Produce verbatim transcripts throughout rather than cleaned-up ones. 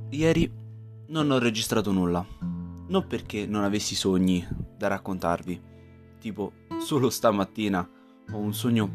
Ieri non ho registrato nulla, non perché non avessi sogni da raccontarvi, tipo solo stamattina ho un sogno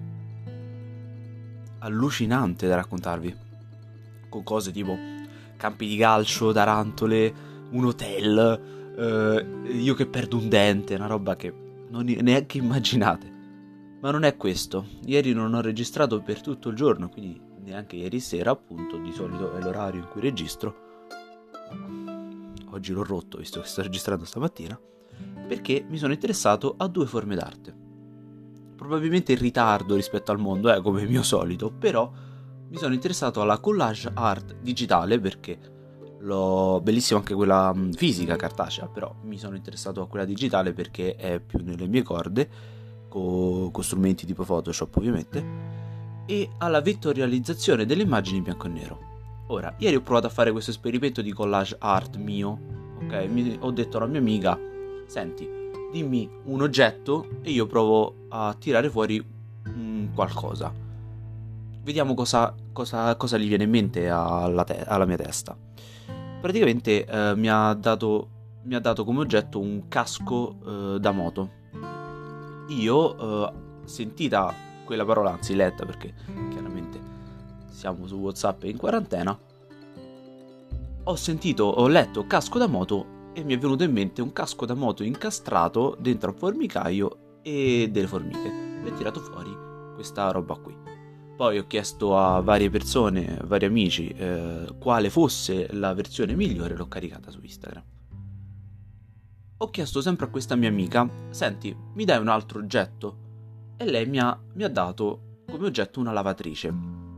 allucinante da raccontarvi, con cose tipo campi di calcio, tarantole, un hotel, eh, io che perdo un dente, una roba che non neanche immaginate. Ma non è questo, ieri non ho registrato per tutto il giorno, quindi neanche ieri sera, appunto, di solito è l'orario in cui registro. Oggi l'ho rotto, visto che sto registrando stamattina, perché mi sono interessato a due forme d'arte. Probabilmente in ritardo rispetto al mondo, eh, come mio solito, però mi sono interessato alla collage art digitale perché l'ho bellissima anche quella mh, fisica, cartacea, però mi sono interessato a quella digitale perché è più nelle mie corde, co- con strumenti tipo Photoshop ovviamente, e alla vettorializzazione delle immagini in bianco e nero. Ora, ieri ho provato a fare questo esperimento di collage art mio, ok? Mi, ho detto alla mia amica, senti, dimmi un oggetto e io provo a tirare fuori mm, qualcosa. Vediamo cosa, cosa, cosa gli viene in mente alla, te- alla mia testa. Praticamente eh, mi, ha dato, mi ha dato come oggetto un casco eh, da moto. Io, eh, sentita quella parola, anzi letta perché chiaramente siamo su WhatsApp e in quarantena, ho sentito, ho letto casco da moto e mi è venuto in mente un casco da moto incastrato dentro un formicaio e delle formiche. E ho tirato fuori questa roba qui. Poi ho chiesto a varie persone, vari amici, eh, quale fosse la versione migliore e l'ho caricata su Instagram. Ho chiesto sempre a questa mia amica, senti, mi dai un altro oggetto? E lei mi ha, mi ha dato come oggetto una lavatrice.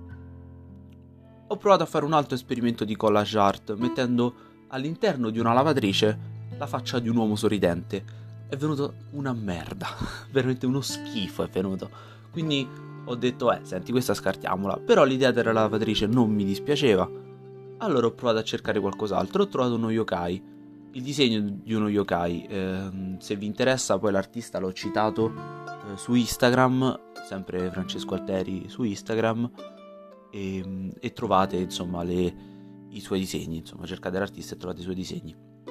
Ho provato a fare un altro esperimento di collage art, mettendo all'interno di una lavatrice la faccia di un uomo sorridente. È venuto una merda, veramente uno schifo è venuto. Quindi ho detto, eh, senti, questa scartiamola. Però l'idea della lavatrice non mi dispiaceva. Allora ho provato a cercare qualcos'altro, ho trovato uno yokai. Il disegno di uno yokai, ehm, se vi interessa, poi l'artista l'ho citato eh, su Instagram, sempre Francesco Alteri su Instagram, e, e trovate insomma le, i suoi disegni, insomma cercate l'artista e trovate i suoi disegni.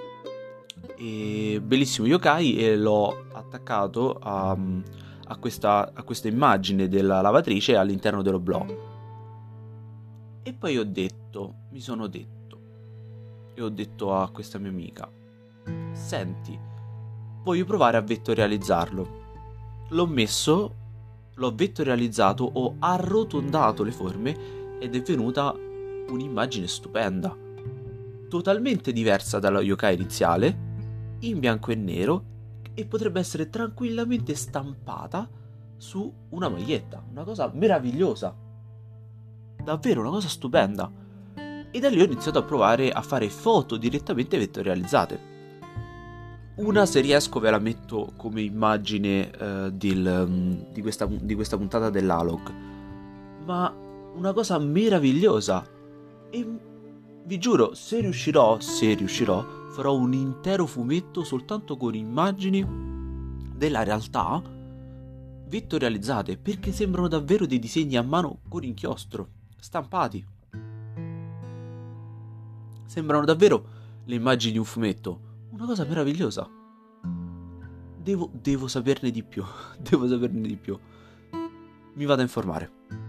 E bellissimo yokai, e l'ho attaccato a, a, questa, a questa immagine della lavatrice all'interno dello blog. E poi ho detto, mi sono detto, e ho detto a questa mia amica, senti, voglio provare a vettorializzarlo. L'ho messo, l'ho vettorializzato, ho arrotondato le forme ed è venuta un'immagine stupenda, totalmente diversa dalla yokai iniziale, in bianco e nero, e potrebbe essere tranquillamente stampata su una maglietta. Una cosa meravigliosa, davvero una cosa stupenda. E da lì ho iniziato a provare a fare foto direttamente vettorializzate. Una, se riesco, ve la metto come immagine eh, del, di, questa, di questa puntata dell'Alog. Ma una cosa meravigliosa. E vi giuro, se riuscirò, se riuscirò, farò un intero fumetto soltanto con immagini della realtà vettorializzate, perché sembrano davvero dei disegni a mano con inchiostro, stampati. Sembrano davvero le immagini di un fumetto. Una cosa meravigliosa. Devo, devo saperne di più. Devo saperne di più. Mi vado a informare.